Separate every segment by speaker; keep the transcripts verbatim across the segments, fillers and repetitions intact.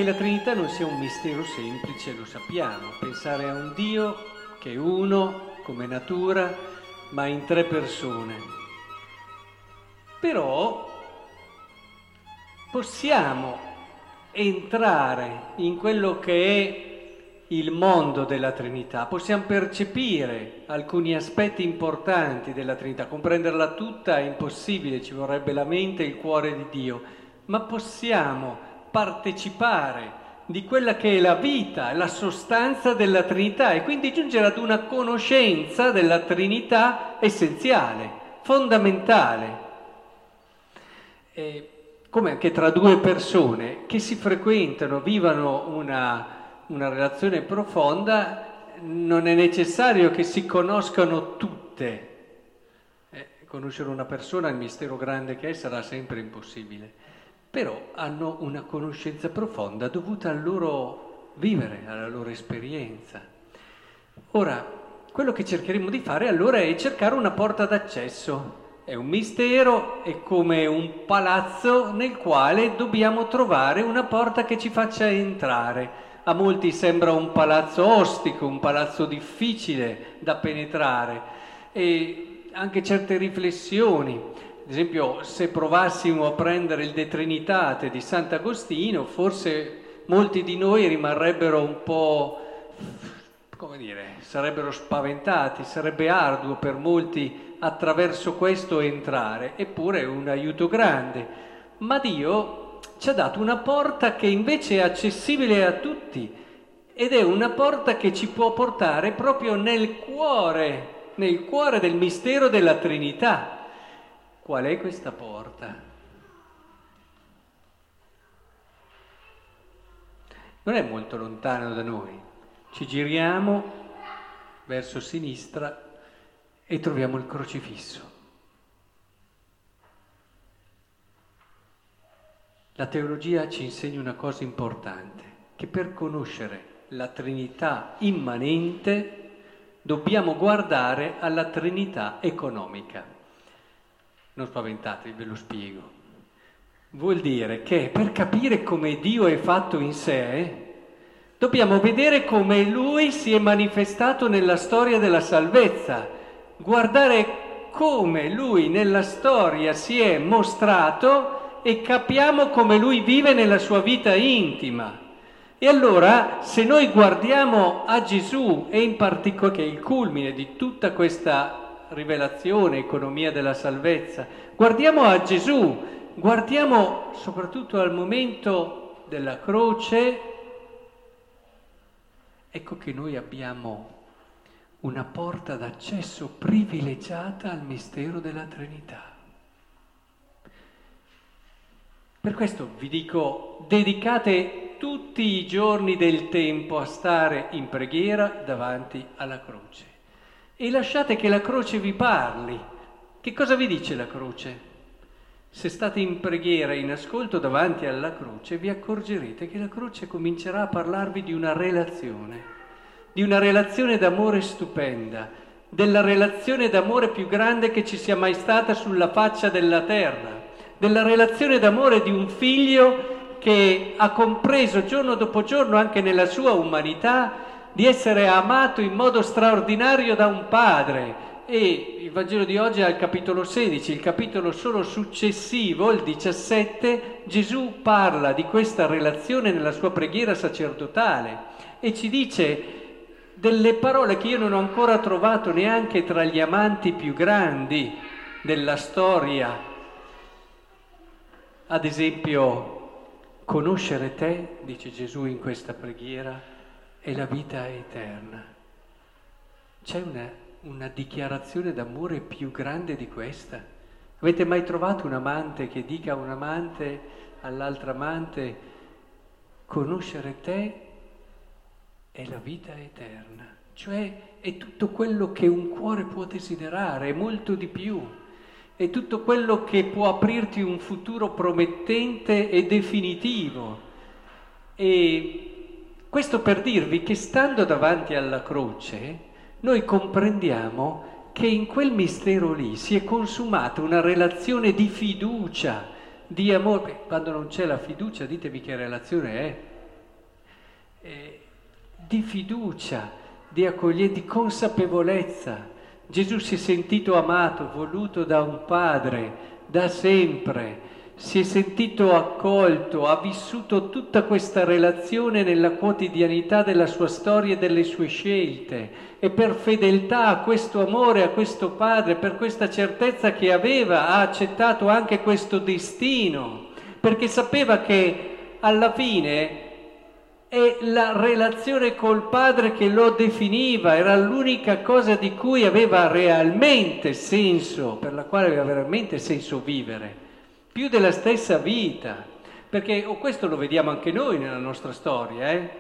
Speaker 1: la Trinità non sia un mistero semplice, lo sappiamo. Pensare a un Dio che è uno come natura, ma in tre persone. Però possiamo entrare in quello che è il mondo della Trinità, possiamo percepire alcuni aspetti importanti della Trinità. Comprenderla tutta è impossibile, ci vorrebbe la mente e il cuore di Dio, ma possiamo partecipare di quella che è la vita, la sostanza della Trinità e quindi giungere ad una conoscenza della Trinità essenziale, fondamentale. E come anche tra due persone che si frequentano, vivono una, una relazione profonda, non è necessario che si conoscano tutte. Eh, conoscere una persona, il mistero grande che è, sarà sempre impossibile. Però hanno una conoscenza profonda dovuta al loro vivere, alla loro esperienza. Ora, quello che cercheremo di fare allora è cercare una porta d'accesso. È un mistero, è come un palazzo nel quale dobbiamo trovare una porta che ci faccia entrare. A molti sembra un palazzo ostico, un palazzo difficile da penetrare e anche certe riflessioni. Ad esempio, se provassimo a prendere il De Trinitate di Sant'Agostino, forse molti di noi rimarrebbero un po', come dire, sarebbero spaventati, sarebbe arduo per molti attraverso questo entrare, eppure è un aiuto grande. Ma Dio ci ha dato una porta che invece è accessibile a tutti ed è una porta che ci può portare proprio nel cuore, nel cuore del mistero della Trinità. Qual è questa porta? Non è molto lontano da noi. Ci giriamo verso sinistra e troviamo il crocifisso. La teologia ci insegna una cosa importante, che per conoscere la Trinità immanente dobbiamo guardare alla Trinità economica. Non spaventatevi, ve lo spiego. Vuol dire che per capire come Dio è fatto in sé, dobbiamo vedere come Lui si è manifestato nella storia della salvezza, guardare come Lui nella storia si è mostrato e capiamo come Lui vive nella sua vita intima. E allora, se noi guardiamo a Gesù, e in particolare che è il culmine di tutta questa rivelazione, economia della salvezza, guardiamo a Gesù, guardiamo soprattutto al momento della croce, ecco che noi abbiamo una porta d'accesso privilegiata al mistero della Trinità. Per questo vi dico, dedicate tutti i giorni del tempo a stare in preghiera davanti alla croce e lasciate che la croce vi parli. Che cosa vi dice la croce? Se state in preghiera e in ascolto davanti alla croce, vi accorgerete che la croce comincerà a parlarvi di una relazione, di una relazione d'amore stupenda, della relazione d'amore più grande che ci sia mai stata sulla faccia della terra, della relazione d'amore di un figlio che ha compreso giorno dopo giorno, anche nella sua umanità, di essere amato in modo straordinario da un padre. E il Vangelo di oggi è al capitolo sedici, il capitolo solo successivo, il diciassette, Gesù parla di questa relazione nella sua preghiera sacerdotale e ci dice delle parole che io non ho ancora trovato neanche tra gli amanti più grandi della storia. Ad esempio, conoscere te, dice Gesù in questa preghiera, è la vita eterna. C'è una, una dichiarazione d'amore più grande di questa? Avete mai trovato un amante che dica a un amante, all'altra amante, conoscere te è la vita eterna, cioè è tutto quello che un cuore può desiderare, è molto di più, è tutto quello che può aprirti un futuro promettente e definitivo. E questo per dirvi che stando davanti alla croce noi comprendiamo che in quel mistero lì si è consumata una relazione di fiducia, di amore. Quando non c'è la fiducia, ditemi che relazione è. di fiducia, di accoglienza, di consapevolezza. Gesù si è sentito amato, voluto da un Padre, da sempre, si è sentito accolto, ha vissuto tutta questa relazione nella quotidianità della sua storia e delle sue scelte, e per fedeltà a questo amore, a questo Padre, per questa certezza che aveva, ha accettato anche questo destino, perché sapeva che alla fine è la relazione col Padre che lo definiva, era l'unica cosa di cui aveva realmente senso, per la quale aveva veramente senso vivere, più della stessa vita, perché oh, questo lo vediamo anche noi nella nostra storia, eh?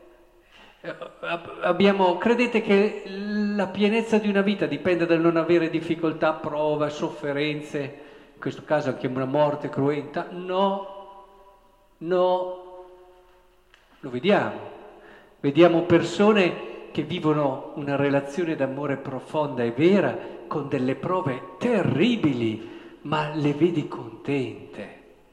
Speaker 1: Abbiamo, credete che la pienezza di una vita dipende dal non avere difficoltà, prove, sofferenze, in questo caso anche una morte cruenta? No, no. Lo vediamo, vediamo persone che vivono una relazione d'amore profonda e vera con delle prove terribili, ma le vedi contente.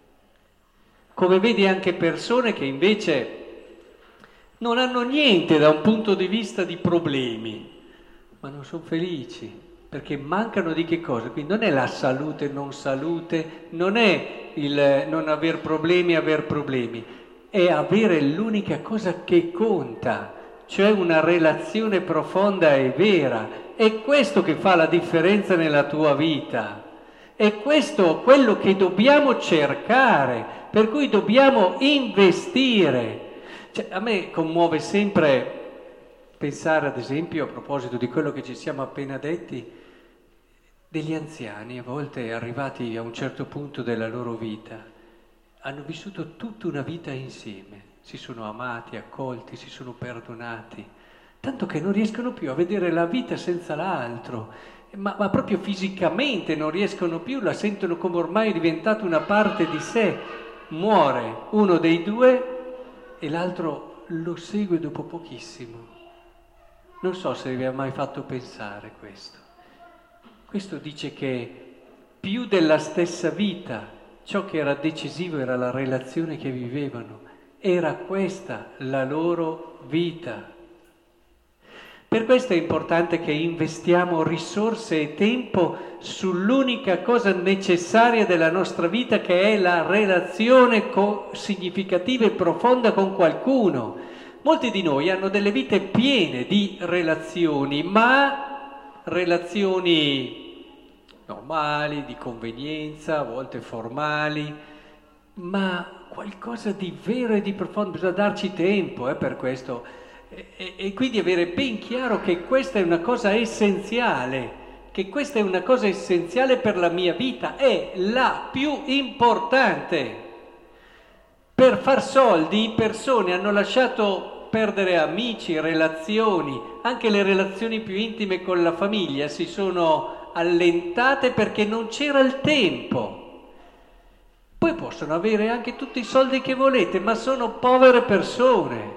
Speaker 1: Come vedi anche persone che invece non hanno niente da un punto di vista di problemi, ma non sono felici, perché mancano di che cosa? Quindi non è la salute, non salute, non è il non aver problemi, aver problemi, è avere l'unica cosa che conta, cioè una relazione profonda e vera. È questo che fa la differenza nella tua vita. È questo quello che dobbiamo cercare, per cui dobbiamo investire. Cioè, a me commuove sempre pensare, ad esempio, a proposito di quello che ci siamo appena detti, degli anziani, a volte arrivati a un certo punto della loro vita, hanno vissuto tutta una vita insieme, si sono amati, accolti, si sono perdonati, tanto che non riescono più a vedere la vita senza l'altro, ma, ma proprio fisicamente non riescono più, la sentono come ormai è diventata una parte di sé. Muore uno dei due e l'altro lo segue dopo pochissimo. Non so se vi ha mai fatto pensare questo. Questo dice che più della stessa vita, ciò che era decisivo era la relazione che vivevano, era questa la loro vita. Per questo è importante che investiamo risorse e tempo sull'unica cosa necessaria della nostra vita, che è la relazione co- significativa e profonda con qualcuno. Molti di noi hanno delle vite piene di relazioni, ma relazioni normali, di convenienza, a volte formali, ma qualcosa di vero e di profondo, bisogna darci tempo eh, per questo, e, e quindi avere ben chiaro che questa è una cosa essenziale, che questa è una cosa essenziale per la mia vita, è la più importante. Per far soldi persone hanno lasciato perdere amici, relazioni, anche le relazioni più intime con la famiglia si sono allentate perché non c'era il tempo. Poi possono avere anche tutti i soldi che volete, ma sono povere persone.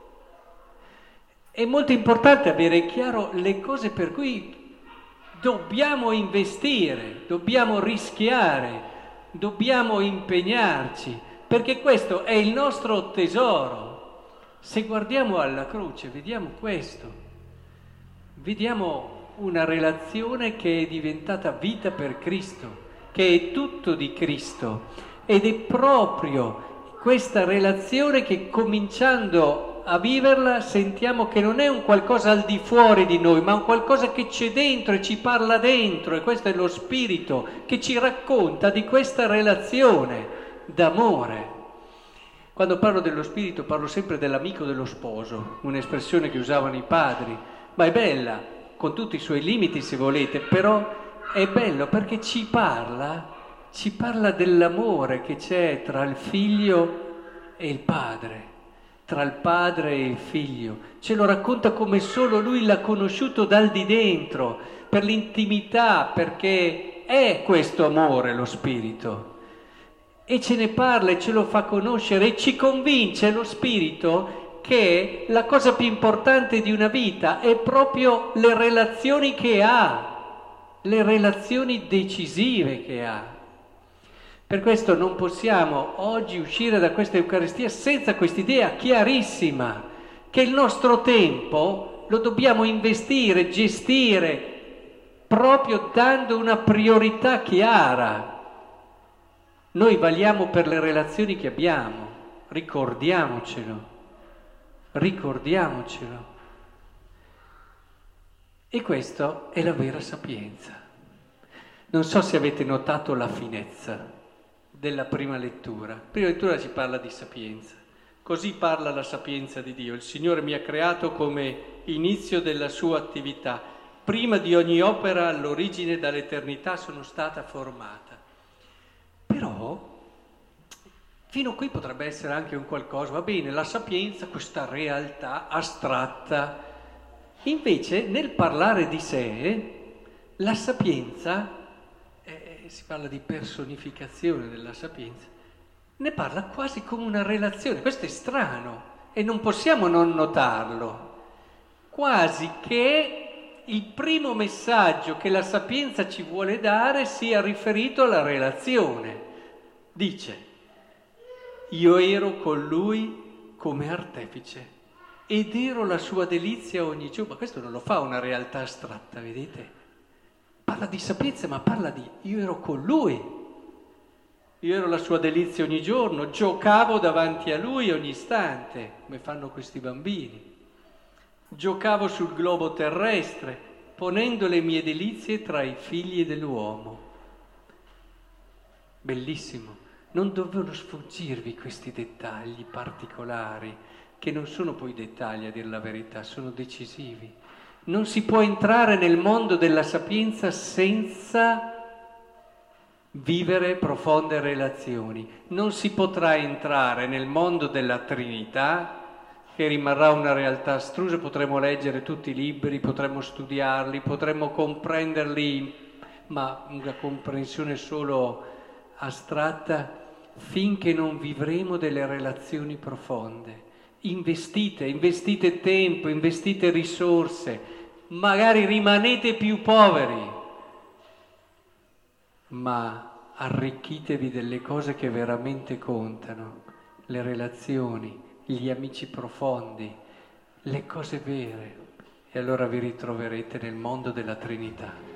Speaker 1: È molto importante avere chiaro le cose per cui dobbiamo investire, dobbiamo rischiare, dobbiamo impegnarci, perché questo è il nostro tesoro. Se guardiamo alla croce, vediamo questo, vediamo una relazione che è diventata vita per Cristo, che è tutto di Cristo, ed è proprio questa relazione che, cominciando a viverla, sentiamo che non è un qualcosa al di fuori di noi, ma un qualcosa che c'è dentro e ci parla dentro, e questo è lo Spirito che ci racconta di questa relazione d'amore. Quando parlo dello Spirito parlo sempre dell'amico dello sposo, un'espressione che usavano i padri, ma è bella, con tutti i suoi limiti se volete, però è bello perché ci parla, ci parla dell'amore che c'è tra il figlio e il padre, tra il padre e il figlio. Ce lo racconta come solo lui l'ha conosciuto dal di dentro, per l'intimità, perché è questo amore lo Spirito. E ce ne parla e ce lo fa conoscere e ci convince lo Spirito che la cosa più importante di una vita è proprio le relazioni che ha, le relazioni decisive che ha. Per questo non possiamo oggi uscire da questa Eucaristia senza quest'idea chiarissima che il nostro tempo lo dobbiamo investire, gestire, proprio dando una priorità chiara. Noi valiamo per le relazioni che abbiamo, ricordiamocelo, ricordiamocelo. E questa è la vera sapienza. Non so se avete notato la finezza della prima lettura. La prima lettura ci parla di sapienza. Così parla la sapienza di Dio. Il Signore mi ha creato come inizio della sua attività. Prima di ogni opera, all'origine dall'eternità, sono stata formata. Però, fino a qui potrebbe essere anche un qualcosa. Va bene, la sapienza, questa realtà astratta. Invece, nel parlare di sé, la sapienza, eh, si parla di personificazione della sapienza, ne parla quasi come una relazione. Questo è strano e non possiamo non notarlo. Quasi che il primo messaggio che la sapienza ci vuole dare sia riferito alla relazione. Dice, io ero con lui come artefice ed ero la sua delizia ogni giorno. Ma questo non lo fa una realtà astratta, vedete? Parla di sapienza, ma parla di io ero con lui. Io ero la sua delizia ogni giorno, giocavo davanti a lui ogni istante, come fanno questi bambini. Giocavo sul globo terrestre, ponendo le mie delizie tra i figli dell'uomo. Bellissimo. Non dovevano sfuggirvi questi dettagli particolari, che non sono poi dettagli a dir la verità, sono decisivi. Non si può entrare nel mondo della sapienza senza vivere profonde relazioni. Non si potrà entrare nel mondo della Trinità, che rimarrà una realtà astrusa. Potremo leggere tutti i libri, potremo studiarli, potremo comprenderli, ma una comprensione solo astratta, finché non vivremo delle relazioni profonde. Investite, investite tempo, investite risorse, magari rimanete più poveri, ma arricchitevi delle cose che veramente contano, le relazioni, gli amici profondi, le cose vere, e allora vi ritroverete nel mondo della Trinità.